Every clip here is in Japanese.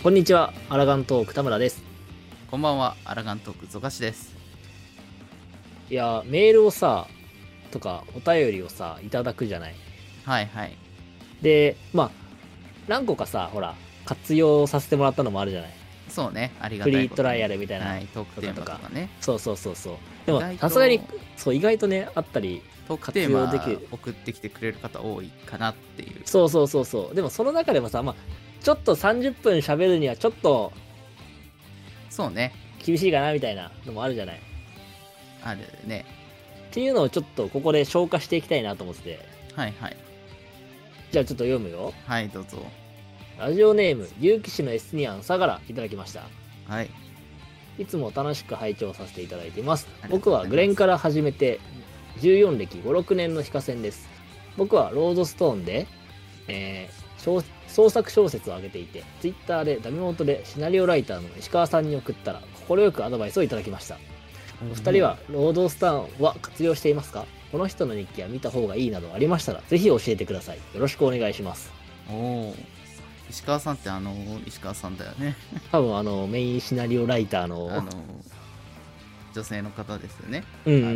こんにちは、アラガントーク田村です。 こんばんは、アラガントークゾカシです。 いや、メールをさ、とかお便りをさ、いただくじゃない。 はいはい。 で、何個かさ、ほら、活用させてもらったのもあるじゃない。 そうね、ありがフたいことに。 リートライアルみたいなはい、トークテーマとかね。 そうそうそうそう。でも、 意外とさすがに、そう、意外とね、あったり、 トークテ活用できーマる。 送ってきてくれる方多いかなっていう。 そうそうそうそう。でも、その中でもさ、ちょっと30分喋るにはちょっとそうね、 厳しいかなみたいなのもあるじゃない。 あるね。 っていうのをちょっとここで消化していきたいなと思ってて。 はいはい。 じゃあちょっと読むよ。 はい、どうぞ。 ラジオネーム、結城市のエスニアンさからいただきました。 はい。 いつも楽しく拝聴させていただいています。 ありがとうございます。 僕はグレンから始めて14歴5、6年の非課線です。僕はロードストーンで、創作小説を上げていて、ツイッターでダメ元でシナリオライターの石川さんに送ったら、快くアドバイスをいただきました。お二人はロードストーンは活用していますか？この人の日記は見た方がいいなどありましたら、ぜひ教えてください。よろしくお願いします。 おお。石川さんって石川さんだよね。 多分メインシナリオライターの、 女性の方ですよね。 うんうんうん。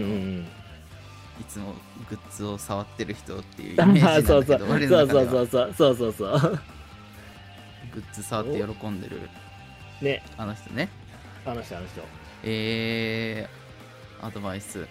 いつもグッズを触ってる人っていうイメージなんだけど、俺の中ではそうグッズ触って喜んでるね、 あの人ね。 あの人アドバイス。意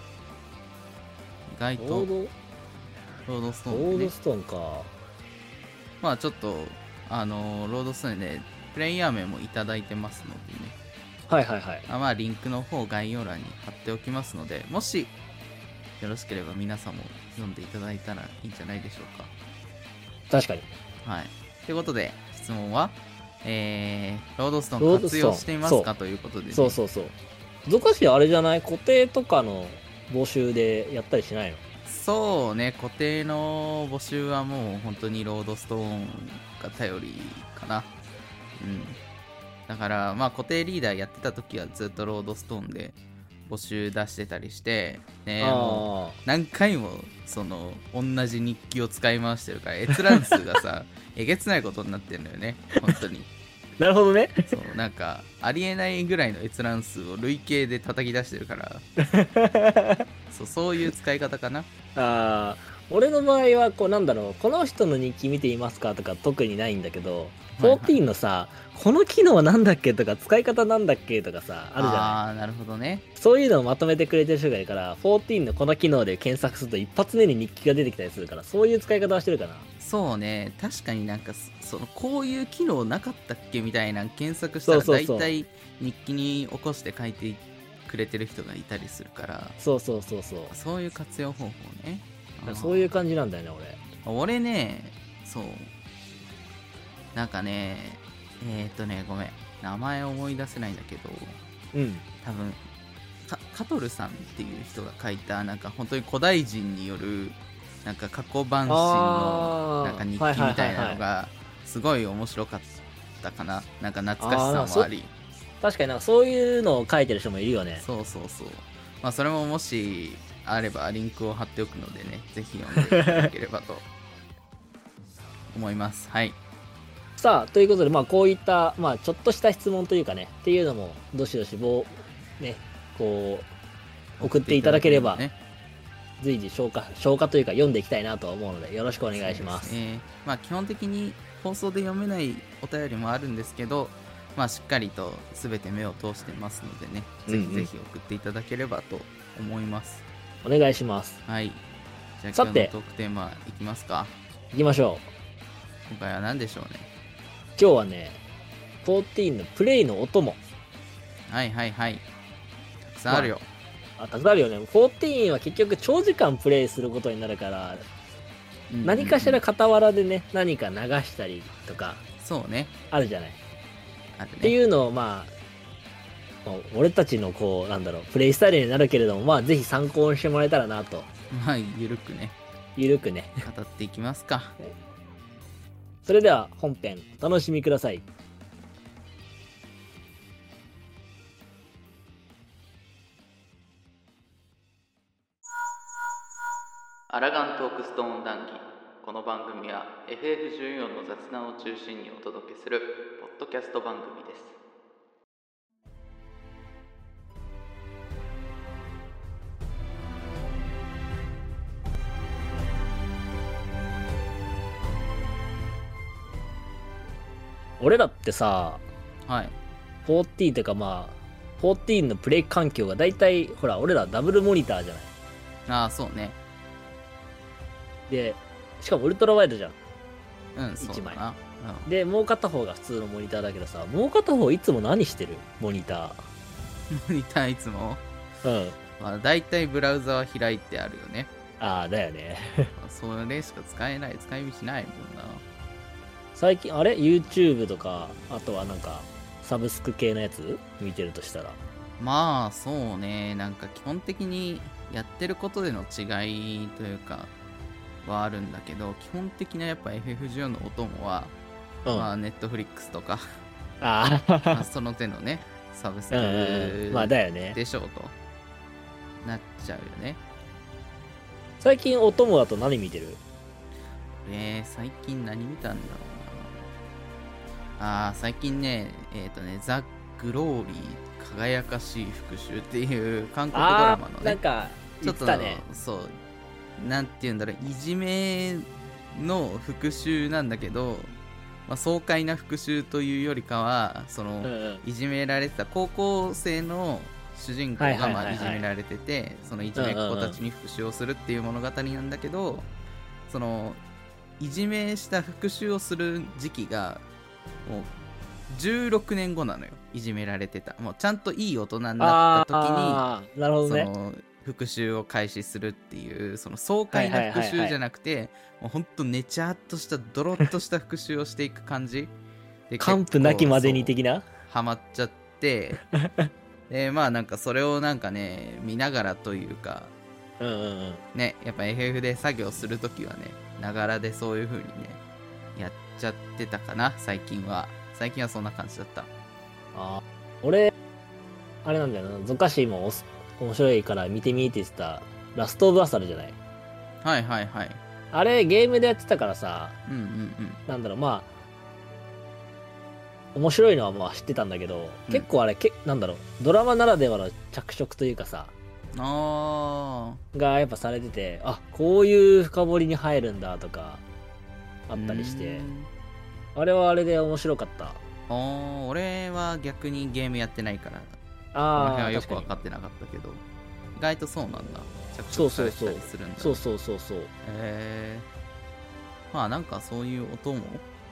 外とロロードストーンでね。 ードストーンか。 まあちょっとロードストーンでプレイヤー名もいただいてますのでね。 はいはいはい。 まあリンクの方概要欄に貼っておきますので、もしよろしければ皆さんも読んでいただいたらいいんじゃないでしょうか。 確かに。 はい。ということで質問は、ロードストーン活用していますかということで、ね、 そう。ゾカシあれじゃない？固定とかの募集でやったりしないの？ そうね、固定の募集はもう本当にロードストーンが頼りかな。うん。だからまあ固定リーダーやってた時はずっとロードストーンで募集出してたりして、ね、もう何回もその同じ日記を使い回してるから閲覧数がさえげつないことになってるのよね、本当に。 なるほどね。 そうなんかありえないぐらいの閲覧数を累計で叩き出してるからそういう使い方かな。 俺の場合はこの人の日記見ていますかとか特にないんだけど、 はいはい、 14のさ、この機能なんだっけとか使い方なんだっけとかさ、あるじゃない。 なるほどね。 そういうのをまとめてくれてる人がいるから、14のこの機能で検索すると一発目に日記が出てきたりするから、そういう使い方はしてるかな。 そうね、確かになんかこういう機能なかったっけみたいな検索したら大体日記に起こして書いてくれてる人がいたりするから、そういう活用方法ね。 そういう感じなんだよね、 俺ね。そうなんかね、ごめん、名前思い出せないんだけど、多分カトルさんっていう人が書いたなんか本当に古代人によるなんか過去版神のなんか日記みたいなのがすごい面白かったかな。なんか懐かしさもあり、 確かになんかそういうのを書いてる人もいるよね。 そう。まあそれももしあればリンクを貼っておくのでね、ぜひ読んでいただければと思います。はい。 さあ、ということで、こういった、ちょっとした質問というかね、っていうのも、どしどし、送っていただければ、随時消化というか読んでいきたいなと思うので、よろしくお願いします。 まあ基本的に放送で読めないお便りもあるんですけど、まあしっかりと全て目を通してますのでね、ぜひぜひ送っていただければと思います。 お願いします。 はい。じゃあ今日のトークテーマいきますか。 いきましょう。今回は何でしょうね。 今日はね、14のプレイのお供。 はい。たくさんあるよ。 たくさんあるよね。14は結局長時間プレイすることになるから、何かしら傍らでね、何か流したりとか、 そうね。 あるじゃない。 あるね。 っていうのを俺たちのプレイスタイルになるけれども、ぜひ参考にしてもらえたらなと。 ゆるくね。語っていきますか。 それでは本編お楽しみください。 アラガントークストーン談義。 この番組は FF14 の雑談を中心にお届けするポッドキャスト番組です。 俺らってさ、 はい。 14というか14のプレイ環境がだいたい、ほら、俺らダブルモニターじゃない。 ああ、そうね。 で、しかもウルトラワイドじゃん。 うん、そうだな。 で、もう片方が普通のモニターだけどさ、もう片方いつも何してるモニタモニターいつもー。 まあ、だいたいブラウザは開いてあるよね。 ああ、だよね。 それしか使い道ないもんな。 最近、YouTube とか、あとはなんか、サブスク系のやつ見てるとしたら。 まあ、そうね。なんか基本的にやってることでの違いというか、はあるんだけど、基本的なやっぱ FF14 のお供は、まあ、Netflix とか、 まあ、その手のね、サブスクまあ、だよね。 でしょうとなっちゃうよね。 最近お供だと何見てる？ 最近何見たんだろうな。最近ね、ザ・グローリー輝かしい復讐っていう韓国ドラマのね、 なんかちょっとそう、なんて言うんだろう、いじめの復讐なんだけど、まあ、爽快な復讐というよりかは、その、いじめられてた高校生の主人公がまあいじめられてて、そのいじめっ子たちに復讐をするっていう物語なんだけど、そのいじめした復讐をする時期がもう16年後なのよ。いじめられてた、もうちゃんといい大人になった時に、 なるほどね、 その復讐を開始するっていう、その爽快な復讐じゃなくて、もうほんとねちゃっとしたドロッとした復讐をしていく感じで、 完膚なきまでに的なハマっちゃってで、まあなんかそれをなんかね見ながらというか、ね、やっぱ FF で作業するときはね、ながらでそういう風にねやっちゃってたかな。最近はそんな感じだった。 俺あれなんだよな、ゾカシーも面白いから見てみって言ってたラストオブアスあるじゃない。 はいはいはい。 あれゲームでやってたからさ、なんだろう、まあ面白いのはまあ知ってたんだけど、結構あれなんだろう、ドラマならではの着色というかさ、がやっぱされてて、あ、こういう深掘りに入るんだとかあったりして、あれはあれで面白かった。 俺は逆にゲームやってないから、この辺はよく分かってなかったけど、意外とそうなんだ。着色されてたりするんだ。 そう。 まあなんかそういうお供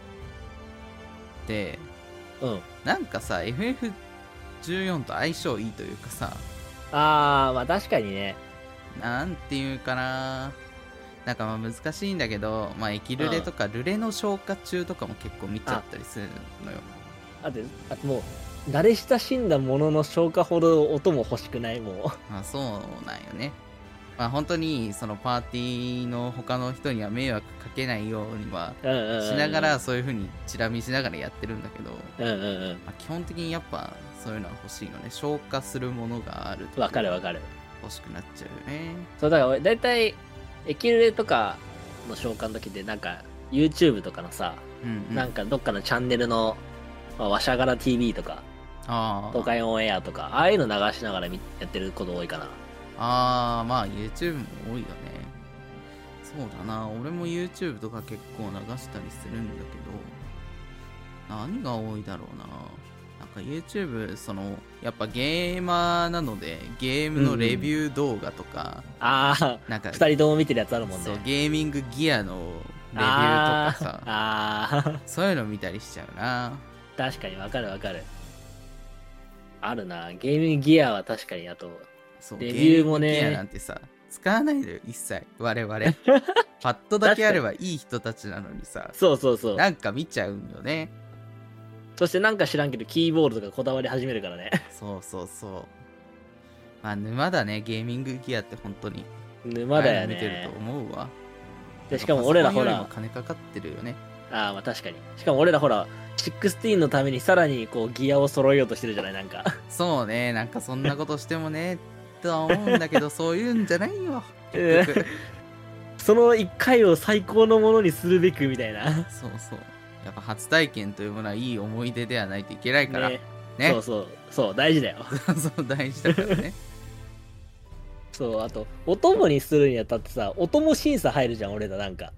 で、なんかさ FF14 と相性いいというかさ、 まあ確かにね、 なんていうかな、なんかまあ難しいんだけど、まあエキルレとかルレの消化中とかも結構見ちゃったりするのよ。あともう慣れ親しんだものの消化ほど音も欲しくない？もうそうなんよね。まあ本当にそのパーティーの他の人には迷惑かけないようにはしながら、そういう風にチラ見しながらやってるんだけど、まあ、基本的にやっぱそういうのは欲しいよね。消化するものがあると。 わかる欲しくなっちゃうよね。 そうだから俺だいたいエキルレとかの召喚の時でなんか YouTube とかのさ、なんかどっかのチャンネルの、わしゃがら TV とか東海オンエアとか、ああいうの流しながらやってること多いかな。 まあ YouTube も多いよね。そうだな、俺も YouTube とか結構流したりするんだけど、何が多いだろうな。なんか YouTube、そのやっぱゲーマーなのでゲームのレビュー動画とか、 なんか2人とも見てるやつあるもんね。 そう、ゲーミングギアのレビューとかさ、そういうの見たりしちゃうな。 確かにわかる。あるな、ゲーミングギアは確かに。あとレビューもね、 ゲーミングギアなんてさ使わないでよ一切我々パッドだけあればいい人たちなのにさ、 そうなんか見ちゃうんよね。 そしてなんか知らんけどキーボードとかこだわり始めるからね。 そうまあ沼だね、ゲーミングギアって本当に沼だよね。 見てると思うわ。 でしかも俺らほら金かかってるよね。 まあ確かに。しかも俺らほら16のためにさらにこうギアを揃えようとしてるじゃない、なんか。 そうね、なんかそんなことしてもねとは思うんだけどそういうんじゃないよ結局。 その1回を最高のものにするべくみたいな。 そうそう。やっぱ初体験というものはいい思い出ではないといけないから。 ね。 ね。 そうそう。そう、大事だよ。 そう、大事だからね。 そう、あと、お供にするにあたってさ、お供審査入るじゃん、俺らなんか。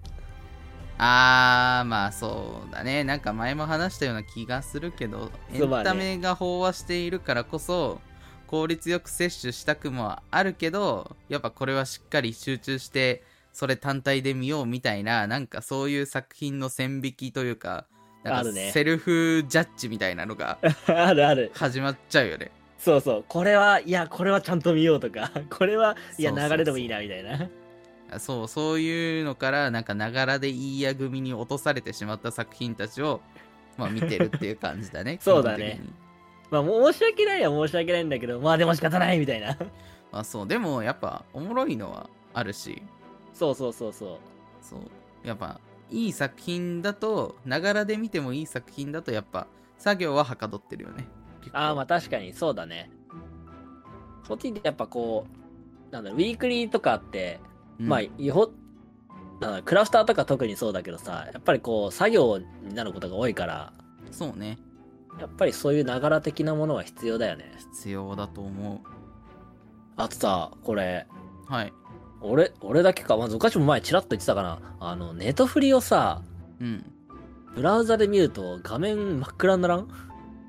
まあそうだね。なんか前も話したような気がするけど、エそうまあねンタメが飽和しているからこそ、効率よく摂取したくもあるけど、やっぱこれはしっかり集中して、それ単体で見ようみたいな、なんかそういう作品の線引きというか、なんかあるねセルフジャッジみたいなのがあるある。 始まっちゃうよね。 そうそう。これは、いや、これはちゃんと見ようとか、これは、いや、 そうそうそう流れでもいいな、みたいな。 そういうのから、なんかながらでいいや組に落とされてしまった作品たちを、まあ見てるっていう感じだね。 そうだね基本的に。 まあ、申し訳ないは申し訳ないんだけど、まあでも仕方ないみたいな。 まあそう、でもやっぱおもろいのはあるし、 そうそうそうそう。 そう、やっぱいい作品だと、ながらで見てもいい作品だと、やっぱ作業ははかどってるよね。結構ああ、まあ確かにそうだね。そっちってやっぱこう、なんだろう、ウィークリーとかって、 うんまあ、なんだろうクラフターとか特にそうだけどさ、やっぱりこう、作業になることが多いから、 そうね。 やっぱりそういうながら的なものは必要だよね。 必要だと思あとさ、これ、 う。はい。 俺だけか、まずおかしも前チラッと言ってたかな。ネトフリをさ、 うん。 ブラウザで見ると画面真っ暗にならん？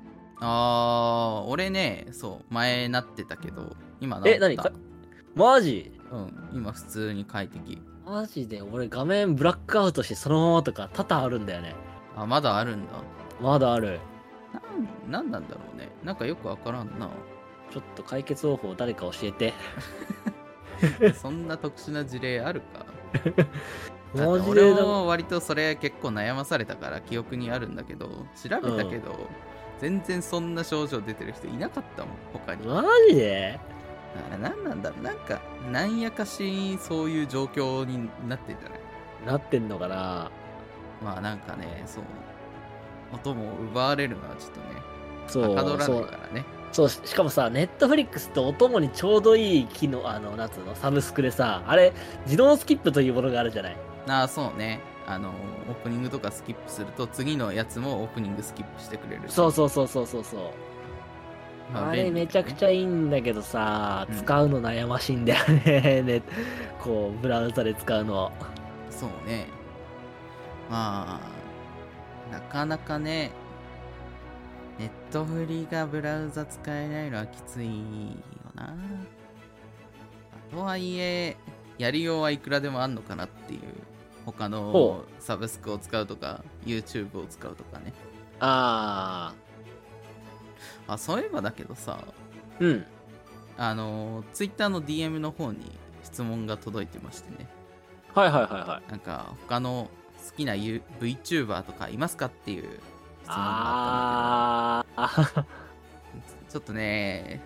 俺ね、そう、前なってたけど、今なった。 何マジうん、今普通に快適。 マジで俺画面ブラックアウトしてそのままとか多々あるんだよね。 あ、まだあるんだ。 まだある。 なんなんだろうね。なんかよくわからんな。 ちょっと解決方法誰か教えて。 そんな特殊な事例あるか。 マジ俺でも割とそれ結構悩まされたから記憶にあるんだけど、調べたけど、全然そんな症状出てる人いなかったもん、他に。 マジでだから何なんだろう。なんか、なんやかしそういう状況になってんじゃない？ なってんのかな。 まあなんかね、そう。音も奪われるのはちょっとね、 そうはかどらそうないからね。 そうしかもさ、ネットフリックスってお供にちょうどいい機能、なんつうの、サブスクでさ、あれ、自動スキップというものがあるじゃない。 そうね。オープニングとかスキップすると、次のやつもオープニングスキップしてくれる。 そうそうそうそうそうそう。あれめちゃくちゃいいんだけどさ、 うん使うの悩ましいんだよね。こう、ブラウザで使うの。 そうね。まあ、なかなかね、ネットフリがブラウザ使えないのはきついよな。とはいえ、やりようはいくらでもあんのかなっていう。他のサブスクを使うとか、YouTube を使うとかね。 あそういえばだけどさ、 うん。 Twitter の DM の方に質問が届いてましてね。 はいはいはいはい。 なんか、他の好きな VTuber とかいますかっていう質問があったんだけど。ちょっとね、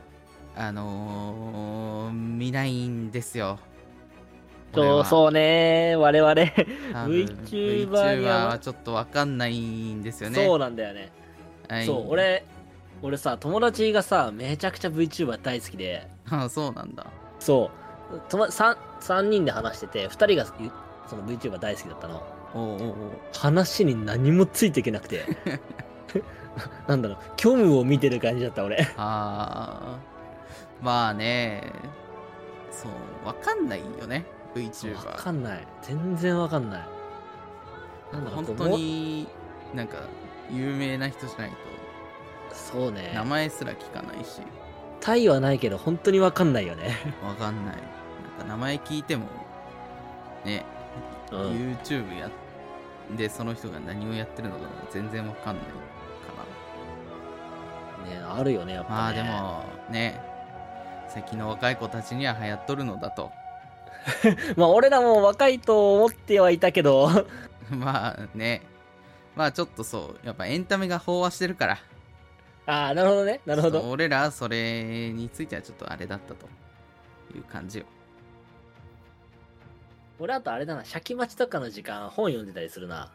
見ないんですよ。 そうね、我々、 多分 VTuber にははちょっとわかんないんですよね。 そうなんだよね。 はい、 そう、俺さ、友達がさ、めちゃくちゃ VTuber 大好きで、 そうなんだ。 そう、3人で話してて、2人がその VTuber 大好きだったの。 おう話に何もついていけなくて。なんだろう、虚無を見てる感じだった俺。 まあね、そう、わかんないよね、VTuber。 わかんない。全然わかんない。なんだろう、 本当になんか有名な人じゃないとそうね。 名前すら聞かないし、 タイはないけど、本当にわかんないよね。 わかんない。なんか名前聞いてもね、 うん。 YouTube でその人が何をやってるのか全然わかんないかね、あるよね、やっぱね。 な。まあでもね、最近の若い子たちには流行っとるのだと。 まあ、俺らも若いと思ってはいたけど。 まあね、まあちょっとそう、やっぱエンタメが飽和してるから。 ああ、なるほどね。なるほど。 俺らそれについてはちょっとあれだったという感じよ。 俺あとあれだな、シャキ待ちとかの時間本読んでたりするな。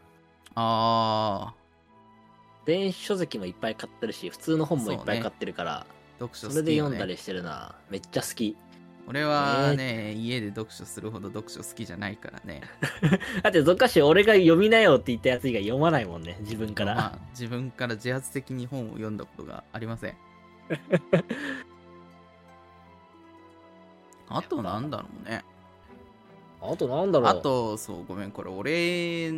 電子書籍もいっぱい買ってるし、普通の本もいっぱい買ってるから、 読書それで好きよね。 読んだりしてるな。めっちゃ好き。 俺はね、家で読書するほど読書好きじゃないからね。 だってぞかし俺が読みなよって言ったやつ以外読まないもんね、自分から。 まあ、自分から自発的に本を読んだことがありません。あとなんだろうね。 あとなんだろう。 あと、そう、ごめん、これ俺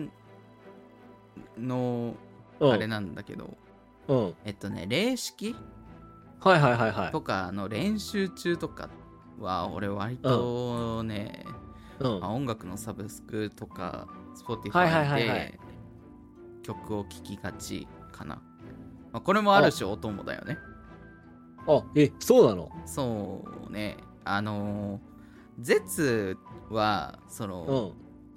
のあれなんだけど、 うん。 霊式はいはいはいはい。 とかの練習中とかは、俺割とね、まあ音楽のサブスクとか、Spotify で曲を聴きがちかな。まあ、これもある種お供だよね。 あ、そうなの？ そうね。絶は、その、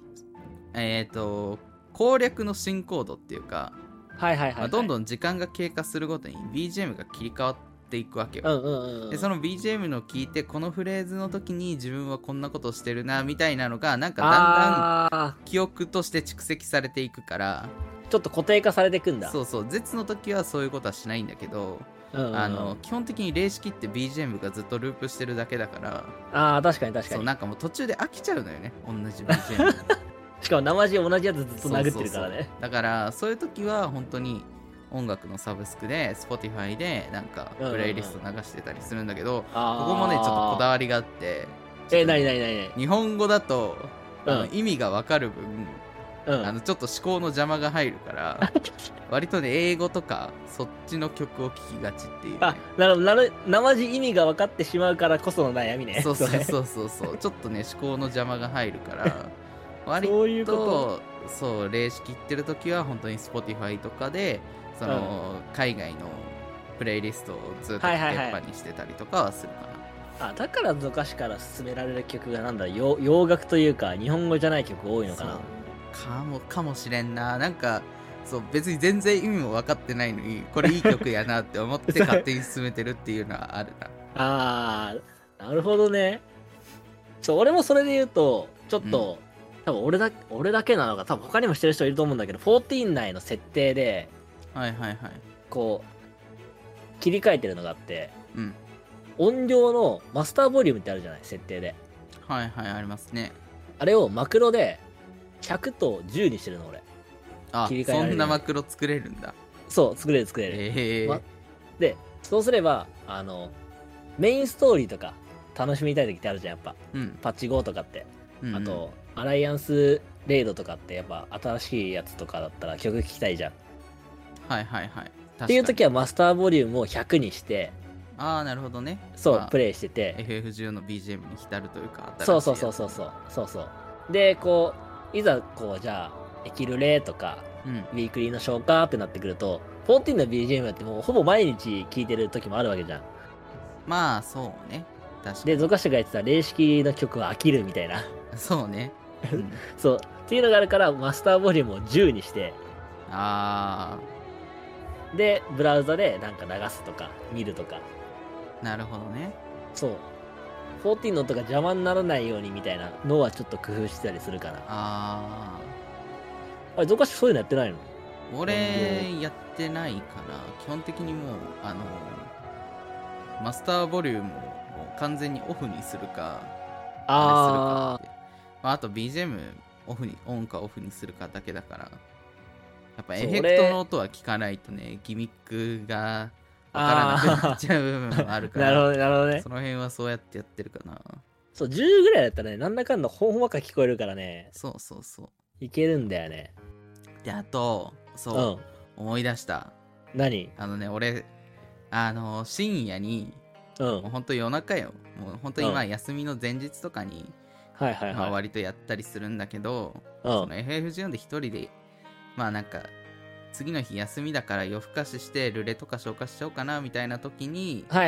攻略の進行度っていうか、 はいはいはい、 まあ、どんどん時間が経過するごとに BGM が切り替わっていくわけよ。でその BGM の聞いてこのフレーズの時に自分はこんなことしてるなみたいなのがなんかだんだん記憶として蓄積されていくからちょっと固定化されていくんだ。 そうそう絶の時はそういうことはしないんだけど、基本的に霊式って BGM がずっとループしてるだけだから確かにそうなんかもう途中で飽きちゃうのよね同じ BGM しかも生地同じやつずっと殴ってるからね。 だからそういう時は本当に音楽のサブスクで Spotify でなんかプレイリスト流してたりするんだけど、ここもねちょっとこだわりがあって、 なに日本語だと意味がわかる分、ちょっと思考の邪魔が入るから割とね英語とかそっちの曲を聴きがちっていう、ね、 なるほど生地意味が分かってしまうからこその悩みね。 そうちょっとね思考の邪魔が入るから割とそう霊式行ってる時は本当に Spotify とかでその、海外のプレイリストをずっとかけっぱにしてたりとかはするかな。 だからぞかしから勧められる曲がなんだ洋楽というか日本語じゃない曲多いのかな。 かもしれんな。なんかそう別に全然意味も分かってないのにこれいい曲やなって思って勝手に進めてるっていうのはあるな。なるほどね。俺もそれで言うとちょっと、多分俺だけなのか多分他にもしてる人いると思うんだけど14内の設定でこう切り替えてるのがあって、音量のマスターボリュームってあるじゃない設定で。 ありますね。 あれをマクロで100と10にしてるの俺。 切り替えられる。そんなマクロ作れるんだ。 そう作れる。でそうすればメインストーリーとか楽しみたい時ってあるじゃんやっぱ、パッチ5とかって、あとアライアンスレイドとかってやっぱ新しいやつとかだったら曲聴きたいじゃん。っていう時はマスターボリュームを100にしてなるほどね。 そうプレイしてて FF10 の BGM に浸るというかそうでこういざこうじゃあエキルレとか、ウィークリーの消化ってなってくると14の BGM ってもうほぼ毎日聴いてる時もあるわけじゃん。 まあそうね。確かに。 でゾカシが言ってた霊式の曲は飽きるみたいなそうね、 そうっていうのがあるからマスターボリュームを10にしてでブラウザでなんか流すとか見るとか。 なるほどね。 そう14の音が邪魔にならないようにみたいなのはちょっと工夫してたりするかな。あれゾカシそういうのやってないの？ 俺やってないから基本的にもうマスターボリュームを完全にオフにするかあと BGM オンかオフにするかだけだからやっぱエフェクトの音は聞かないとねギミックが分からなくなっちゃう部分もあるからなるほどね。 その辺はそうやってやってるかな。 そう10ぐらいだったらねなんだかんだほんわか聞こえるからね。 そういけるんだよね。 であと思い出した。 何？ 俺深夜にもうほんと夜中よもうほんと今休みの前日とかに割とやったりするんだけど、その FF14 で一人でまあなんか次の日休みだから夜更かししてルレとか消化しちゃおうかなみたいな時にクリ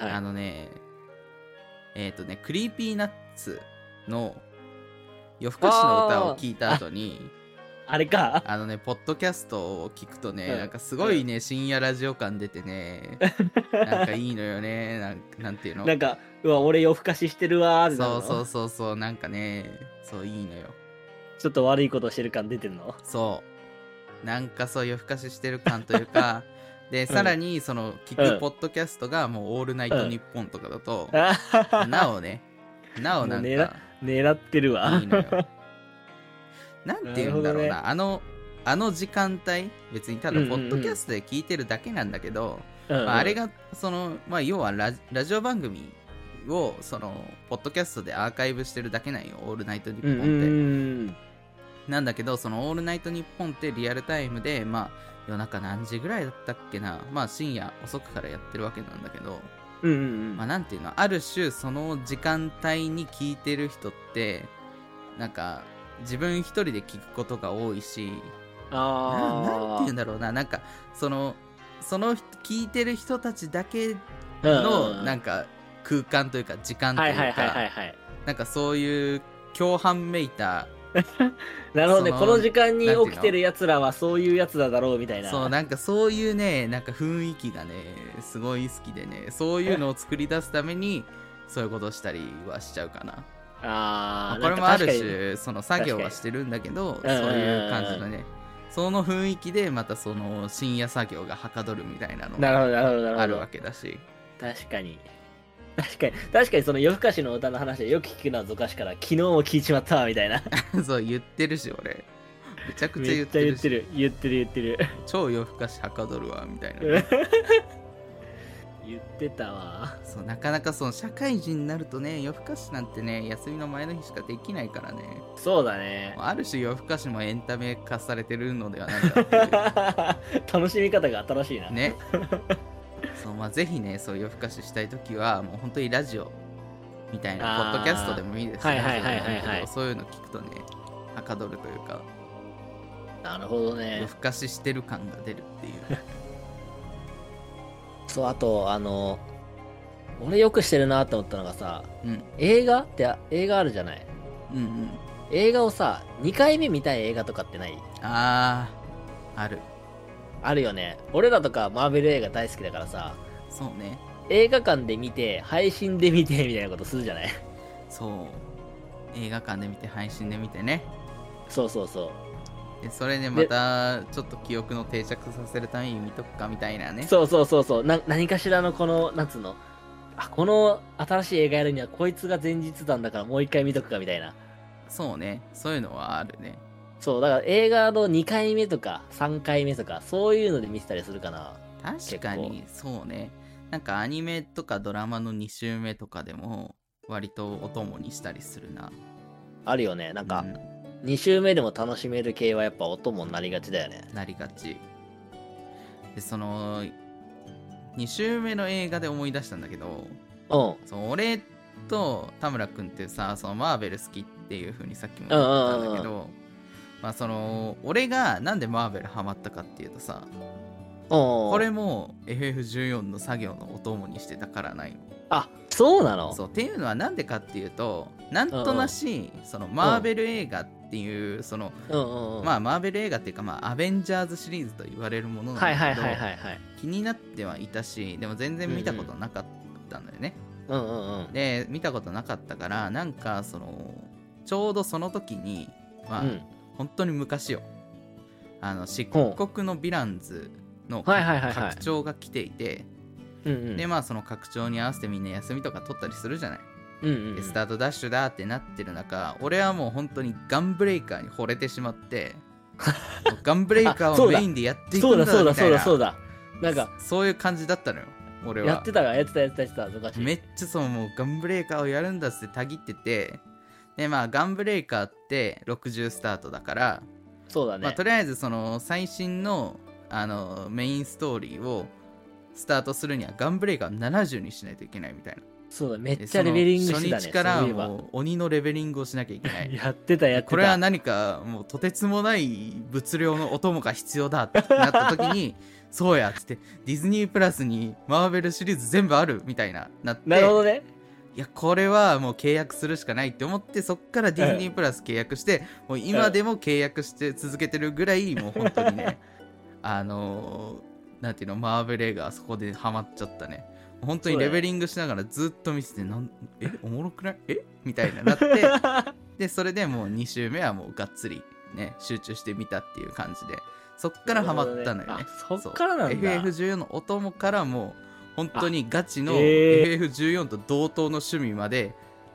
ーピーナッツの夜更かしの歌を聞いた後にあれかポッドキャストを聞くとね、なんかすごいね、深夜ラジオ感出てねなんかいいのよねなんていうのなんかうわ俺夜更かししてるわーってそうなんかねそういいのよ。 ちょっと悪いことしてる感出てんの？ そうなんかそう夜更かししてる感というかでさらにその聞くポッドキャストがもうオールナイトニッポンとかだと、なおねなおなんか狙ってるわ。 いいのよ。なんて言うんだろうな、 なるあの時間帯、別にただポッドキャストで聞いてるだけなんだけど、まあ、あれがその、まあ、要はラジオ番組をそのポッドキャストでアーカイブしてるだけなんよ、オールナイトニッポンって。なんだけど、そのオールナイトニッポンってリアルタイムで、まあ、夜中何時ぐらいだったっけな、まあ深夜遅くからやってるわけなんだけど、まあなんていうの、ある種その時間帯に聞いてる人って、なんか自分一人で聞くことが多いし、なんていうんだろうな、なんかその聞いてる人たちだけのなんか空間というか時間というか、なんかそういう共犯めいたなるほどね、この時間に起きてるやつらはそういうやつだろうみたいな。 そう、なんかそういうね、なんか雰囲気がね、すごい好きでね、そういうのを作り出すためにそういうことをしたりはしちゃうかな。まあ、これもある種その作業はしてるんだけど、そういう感じのね、その雰囲気でまたその深夜作業がはかどるみたいなのがあるわけだし。 確かにその夜更かしの歌の話でよく聞くのはぞかしから、昨日も聞いちまったわみたいな。 そう言ってるし、俺めちゃくちゃ言ってるし、 言ってる超夜更かしはかどるわみたいな、ね、 言ってたわ。 そう、なかなかその社会人になるとね、夜更かしなんてね、休みの前の日しかできないからね。 そうだね。 ある種夜更かしもエンタメ化されてるのではないかっていう楽しみ方が新しいなね。そう、まあ、ぜひね、そう夜更かししたいときはもう本当にラジオみたいな、ポッドキャストでもいいですね。そういうの聞くとね、はかどるというか、 なるほどね、 夜更かししてる感が出るっていうそう、あと俺よくしてるなって思ったのがさ、映画あるじゃない。映画をさ、2回目見たい映画とかってない？ あるよね。俺らとかマーベル映画大好きだからさ、 そうね、 映画館で見て配信で見てみたいなことするじゃない。 そう、映画館で見て配信で見てね。 そうでそれでまたちょっと記憶の定着させるために見とくかみたいなね。 そう何かしらのこの夏のこの新しい映画やるにはこいつが前日談だからもう一回見とくかみたいな。 そうね、そういうのはあるね。 そうだから映画の2回目とか3回目とかそういうので見てたりするかな。 確かにそうね。なんかアニメとかドラマの2週目とかでも割とお供にしたりするな。 あるよね。なんか、2週目でも楽しめる系はやっぱお供になりがちだよね。 なりがちで、その2週目の映画で思い出したんだけど、そう俺と田村くんってさ、そのマーベル好きっていう風にさっきも言ったんだけど、まあその俺がなんでマーベルハマったかっていうとさ、これも FF14 の作業のお供にしてたからないの。 あ、そうなの？ そうっていうのはなんでかっていうと、なんとなしそのマーベル映画っていうそのまあマーベル映画っていうか、まあアベンジャーズシリーズと言われるものなんだけど、気になってはいたし、でも全然見たことなかったんだよね。で見たことなかったから、なんかそのちょうどその時にまあ、本当に昔よ、漆黒のヴィランズの拡張が来ていて、でまあその拡張に合わせてみんな休みとか取ったりするじゃない。でスタートダッシュだってなってる中、俺はもう本当にガンブレイカーに惚れてしまってガンブレイカーをメインでやっていくんだみたいな、そうだなんかそういう感じだったのよ俺は。やってためっちゃそう、もうガンブレイカーをやるんだってたぎってて、でまあガンブレイカーって60スタートだから、そうだね、まあ、とりあえずその最新のメインストーリーをスタートするにはガンブレイカー70にしないといけないみたいな。そうだ、めっちゃレベリングしてたね。初日からもう鬼のレベリングをしなきゃいけないやってたこれは何かもうとてつもない物量のお供が必要だってなった時にそうやっつってディズニープラスにマーベルシリーズ全部あるみたいなって、なるほどね、いやこれはもう契約するしかないって思って、そっからディズニープラス契約して、もう今でも契約して続けてるぐらい、もう本当にねなんていうの、マーベル映画そこでハマっちゃったね。本当にレベリングしながらずっと見てて、おもろくない？みたいななってでそれでもう2週目はもうがっつりね集中してみたっていう感じで、そっからハマったのよね。そっからなんだ。FF14 のお供からもう本当にガチの FF14 と同等の趣味まで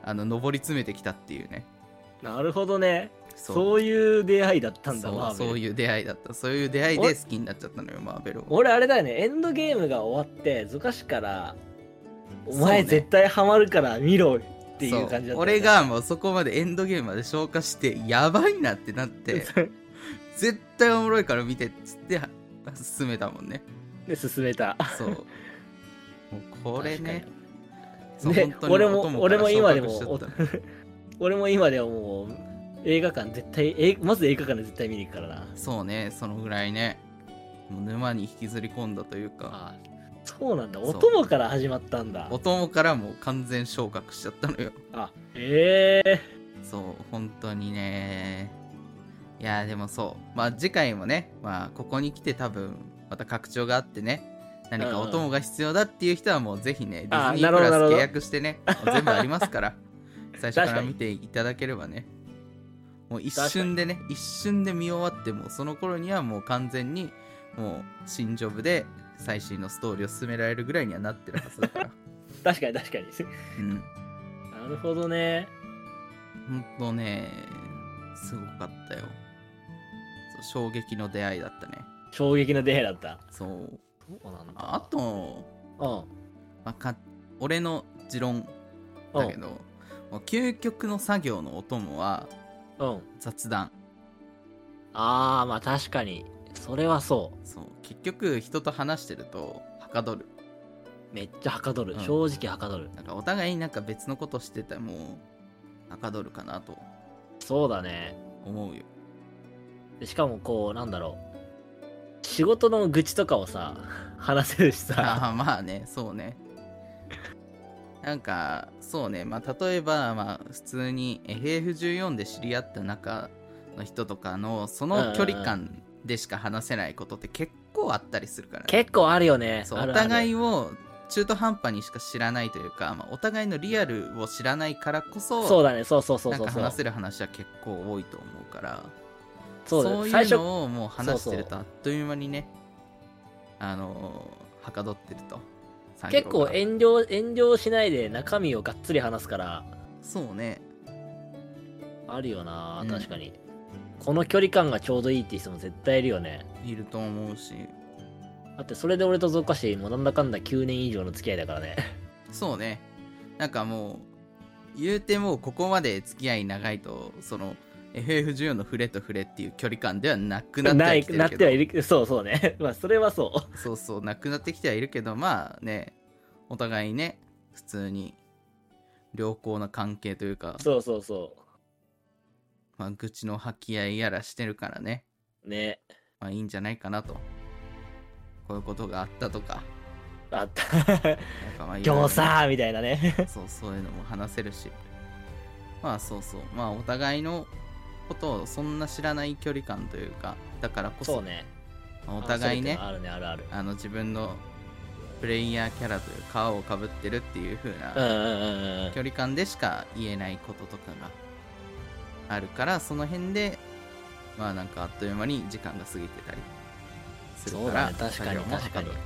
上り詰めてきたっていうね。 なるほどね。 そうそういう出会いだったんだ、マーベル。 そういう出会いだった。そういう出会いで好きになっちゃったのよ、マーベルを。 俺あれだよね、エンドゲームが終わってずかしからお前そうね絶対ハマるから見ろっていう感じだったよね、 そう俺がもうそこまでエンドゲームまで消化してやばいなってなって絶対おもろいから見てっつって進めたもんね。 で進めた。 そうもうこれね確かにね、 本当に俺も今でも昇格しちゃった俺も今ではもう映画館絶対まず映画館で絶対見に行くからな。 そうね、そのぐらいね、もう沼に引きずり込んだというか、 あ、そうなんだ。 そうお供から始まったんだ。 お供からもう完全昇格しちゃったのよ。 あ、 そう本当にね。いやでもそうまあ次回もね、まあここに来て多分また拡張があってね、何かお供が必要だっていう人はもうぜひね、ディズニープラス契約してね、もう全部ありますから最初から見ていただければね、もう一瞬でね、一瞬で見終わってもその頃にはもう完全にもう新ジョブで最新のストーリーを進められるぐらいにはなってるはずだから確かにうんなるほどね。 ほんとねすごかったよ。そう衝撃の出会いだったね。 衝撃の出会いだった。 そうそうなんだ。 あと、 うん俺の持論だけど、もう究極の作業のお供は雑談。 ああ、まあ確かにそれはそう。 そう結局人と話してるとはかどる。 めっちゃはかどる、 うん正直はかどる。 なんかお互いになんか別のことしてたらもうはかどるかなとそうだね。 思うよ。 でしかもこうなんだろう、仕事の愚痴とかをさ話せるしさ。 あまあね、そうね。なんかそうね、まあ例えばまあ普通に FF14 で知り合った中の人とかのその距離感でしか話せないことって結構あったりするからね。 結構あるよね。 そうあるあるお互いを中途半端にしか知らないというか、まあ、お互いのリアルを知らないからこそそうだね、そうなんか話せる話は結構多いと思うから、 そうだね、 そういう最初のをもう話してるとあっという間にね、はかどってると。 結構遠慮しないで中身をがっつり話すから。 そうね、 あるよな、 うん確かに。この距離感がちょうどいいって人も絶対いるよね。 いると思うし。 だってそれで俺とゾウカシもうなんだかんだ9年以上の付き合いだからね。 そうね、なんかもう言うてもここまで付き合い長いとその FF14 の触れと触れっていう距離感ではなくなってはきてるけど、 なってはいる。そうね。まあそれはそそうそうなくなってきてはいるけど、まあねお互いね普通に良好な関係というか、 う。そうまあ、愚痴の吐き合いやらしてるからね、 ね。 まあいいんじゃないかなと。こういうことがあったとか、 あった。 なんかまあいろいろね今日さみたいなね。 そういうのも話せるし、まあまあお互いのことをそんな知らない距離感というかだからこそ、 そうね。 まあお互いねあるね、あるある。 自分のプレイヤーキャラという皮をかぶってるっていう風うんな距離感でしか言えないこととかがあるから、その辺でまあなんかあっという間に時間が過ぎてたりするから、 そうだね、確かに作業もはかどると。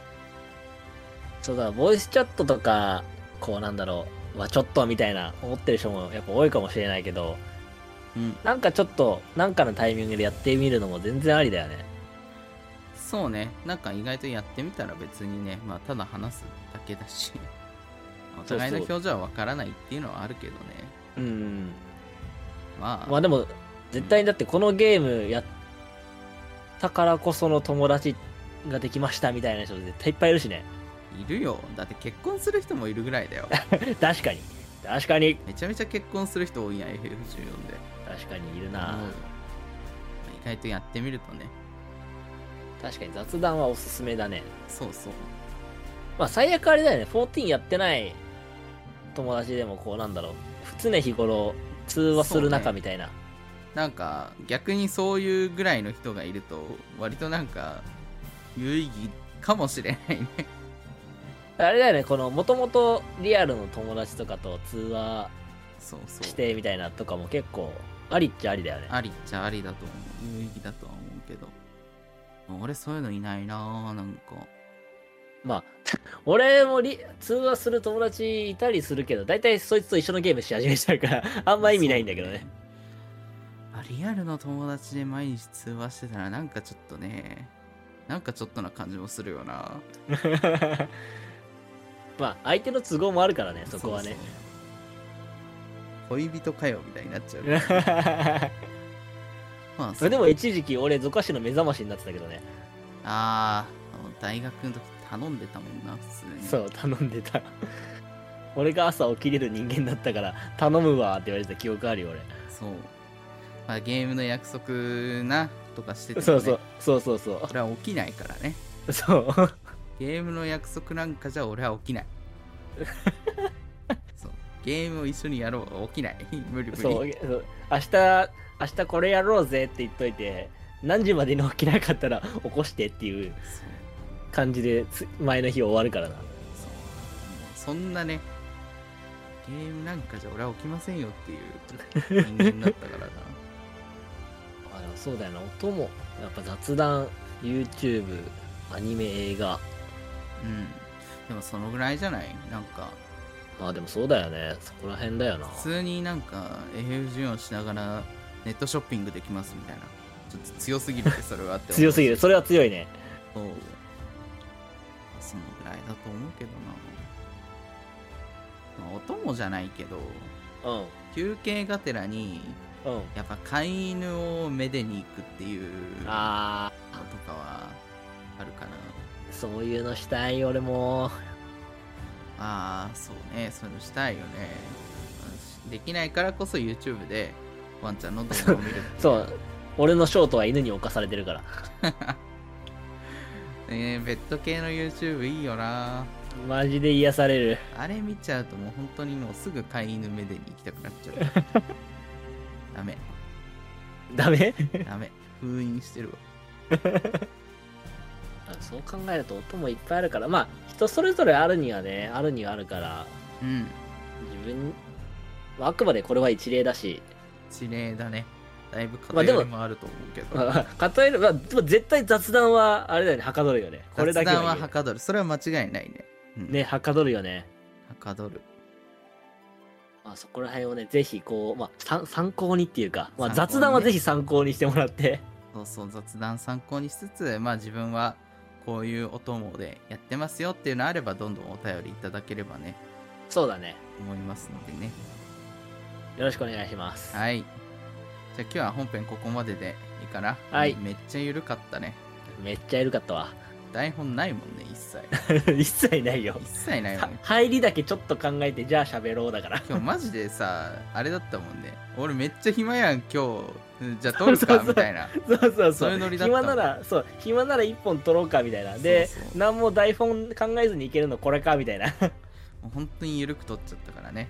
そうだ、ボイスチャットとかこうなんだろう、ちょっとみたいな思ってる人もやっぱ多いかもしれないけど、なんかちょっとなんかのタイミングでやってみるのも全然ありだよね。 そうね、なんか意外とやってみたら別にね、まあただ話すだけだしお互いの表情はわからないっていうのはあるけどね。まあでも絶対にだってこのゲームやったからこその友達ができましたみたいな人絶対いっぱいいるしね。 いるよ。だって結婚する人もいるぐらいだよ確かにめちゃめちゃ結婚する人多いやん FF14 で。 確かにいるな。 意外とやってみるとね。 確かに雑談はおすすめだね。 そうまあ最悪あれだよね、14やってない友達でもこうなんだろう、常日頃通話する仲みたいな、 なんか逆にそういうぐらいの人がいると割となんか有意義かもしれないねあれだよね、このもともとリアルの友達とかと通話してみたいなとかも結構ありっちゃありだよね。 ありっちゃありだと思う。有意義だとは思うけど、俺そういうのいないなぁ。なんかまあ、俺も通話する友達いたりするけど、大体そいつと一緒のゲームし始めちゃうから、あんま意味ないんだけどね。 リアルの友達で毎日通話してたらなんかちょっとね、なんかちょっとな感じもするよな。 まあ、相手の都合もあるからね、そこはね。 そうそう恋人かよみたいになっちゃうからまあ、 それでも一時期俺、ゾカシの目覚ましになってたけどね。 大学の時頼んでたもんな、普通に。 そう、頼んでた。俺が朝起きれる人間だったから、頼むわって言われてた記憶あるよ、俺。 そう。まあ、ゲームの約束な、とかしてても、ね、 そう。 俺は起きないからね。 そう。 ゲームの約束なんかじゃ俺は起きない。そう。ゲームを一緒にやろう。起きない。無理。 そう。明日これやろうぜって言っといて、何時までに起きなかったら起こしてっていう感じで前の日終わるからな。 そんなね、ゲームなんかじゃ俺は起きませんよっていう人間だったからな。 でもそうだよな、音もやっぱ雑談、YouTube、アニメ、映画。 でもそのぐらいじゃない？なんか。 でもそうだよね、そこら辺だよな。 普通になんか FF14 しながらネットショッピングできますみたいな。ちょっと強すぎるってそれはって強すぎる、それは強いね。 そう。そのぐらいだと思うけどな。お供じゃないけど、休憩がてらに、やっぱ飼い犬をめでに行くっていうのとかはあるかな。 そういうのしたい、俺も。 そうね、そういうのしたいよね。できないからこそ YouTube でワンちゃんの動画を見る。 そう、俺のショートは犬に侵されてるから。 ペット系の YouTube いいよな。 マジで癒される。 あれ見ちゃうともう本当にもうすぐ飼い犬めでに行きたくなっちゃう。ダメ封印してるわ。 そう考えると音もいっぱいあるから、まあ人それぞれあるにはあるから、自分あくまでこれは一例だし。 一例だね。だいぶ偏りもあると思うけど。 偏る、でも絶対雑談はあれだよね、はかどるよね。これだけは雑談ははかどる。それは間違いないね。 ね、はかどるよね。 はかどる。 そこら辺をね、ぜひこう、参考にっていうか、雑談はぜひ参考にしてもらって。 そう雑談参考にしつつ、自分はこういうお供でやってますよっていうのあればどんどんお便りいただければね。 そうだね。 思いますのでね。 よろしくお願いします。 はい。じゃあ今日は本編ここまででいいかな。 はい。 めっちゃ緩かったね。 めっちゃ緩かったわ。 台本ないもんね、一切。 一切ないよ。 一切ないよね。 入りだけちょっと考えて、じゃあ喋ろうだから。 今日マジでさ、あれだったもんね。俺めっちゃ暇やん、今日。じゃあ撮るかみたいな。 そういうノリだった。暇なら一本撮ろうかみたいな。で、何も台本考えずにいけるのこれかみたいな。 もう本当に緩く撮っちゃったからね。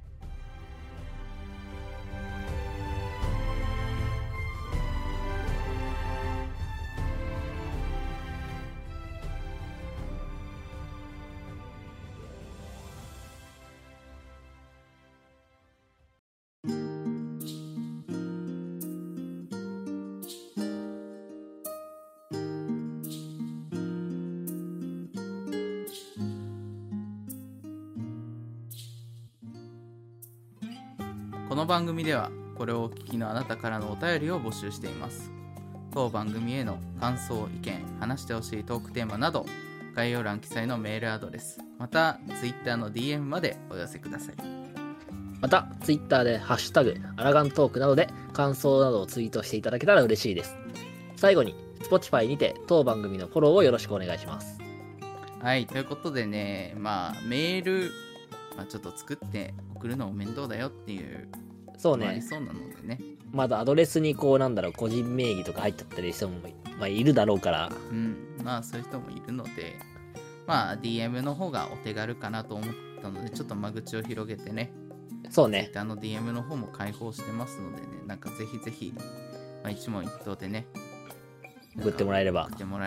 この番組ではこれをお聞きのあなたからのお便りを募集しています。当番組への感想、意見、話してほしいトークテーマなど概要欄記載のメールアドレス、また Twitter の DM までお寄せください。 また Twitter でハッシュタグアラガントークなどで感想などをツイートしていただけたら嬉しいです。最後に Spotify にて当番組のフォローをよろしくお願いします。 はい、ということでね、メール、ちょっと作って送るのも面倒だよっていうそうね。 ありそうなのでね。 まだアドレスに個人名義とか入っちゃったりしても、いるだろうから。 そういう人もいるので、DM の方がお手軽かなと思ったので、ちょっと間口を広げてね。 そうね。 Twitter の DM の方も開放してますのでね、ぜひぜひ、一問一答でね、 送ってもらえれば。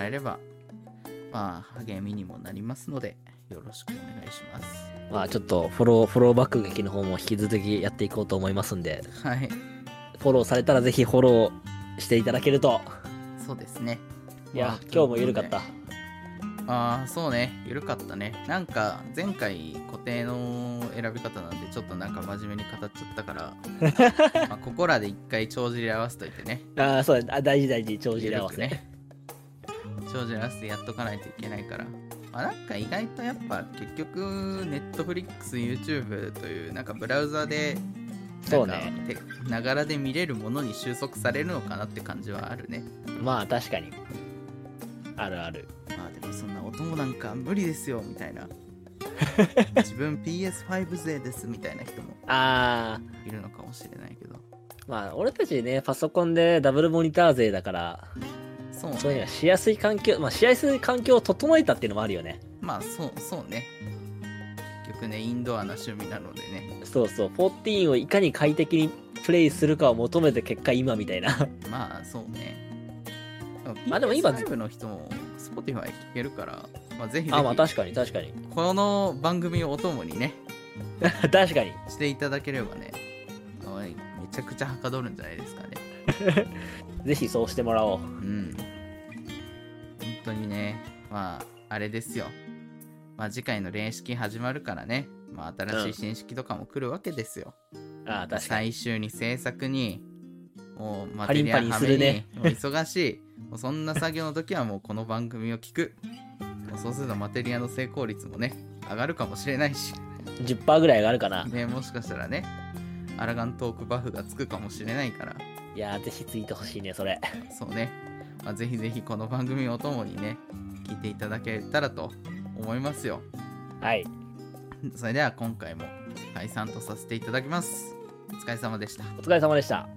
励みにもなりますので、よろしくお願いします。 ちょっとフォロー爆撃の方も引き続きやっていこうと思いますんで、 はい。 フォローされたらぜひフォローしていただけると。 そうですね。 いや、今日も緩かった。 ああ、そうね。緩かったね。なんか、前回固定の選び方なんで、ちょっとなんか真面目に語っちゃったから、まあ、ここらで一回帳尻合わせといてね。 ああ、そうだ、大事大事、帳尻合わせ。 ね。帳尻合わせてやっとかないといけないから。まあ、なんか意外とやっぱ結局、Netflix、YouTube というなんかブラウザで、 そうね。 ながらで見れるものに収束されるのかなって感じはあるね。 まあ確かに。あるある。 まあでもそんなお供なんか無理ですよみたいな。自分 PS5 勢ですみたいな人もいるのかもしれないけど。 まあ俺たちね、パソコンでダブルモニター勢だから、 そうね。 そういうのがしやすい環境、まあしやすい環境を整えたっていうのもあるよね。 まあそうね。結局ね、インドアな趣味なのでね。 そうそう、14をいかに快適にプレイするかを求めて結果今みたいな。 まあそうね。 まあでも今 PS5 の人も Spotify 聞けるから、まあ、ぜひぜひあ、まあ確かに確かに。 この番組をお供にね確かにしていただければね、めちゃくちゃはかどるんじゃないですかね。 ぜひそうしてもらおう。 うん。本当にね、まああれですよ。まあ次回の練式始まるからね、まあ新しい新式とかも来るわけですよ。 ああ、確かに。 最終に制作に、もうマパリンパテリアはめリンするね。 にもう忙しい。もうそんな作業の時はもうこの番組を聞く。もうそうするとマテリアの成功率もね、上がるかもしれないし。 10% ぐらい上がるかな。 ね、もしかしたらね、アラガントークバフがつくかもしれないから。 いやー、ぜひついてほしいね、それ。 そうね。まあ、ぜひぜひこの番組をともにね、聞いていただけたらと思いますよ。 はい。 それでは今回も解散とさせていただきます。お疲れ様でした。 お疲れ様でした。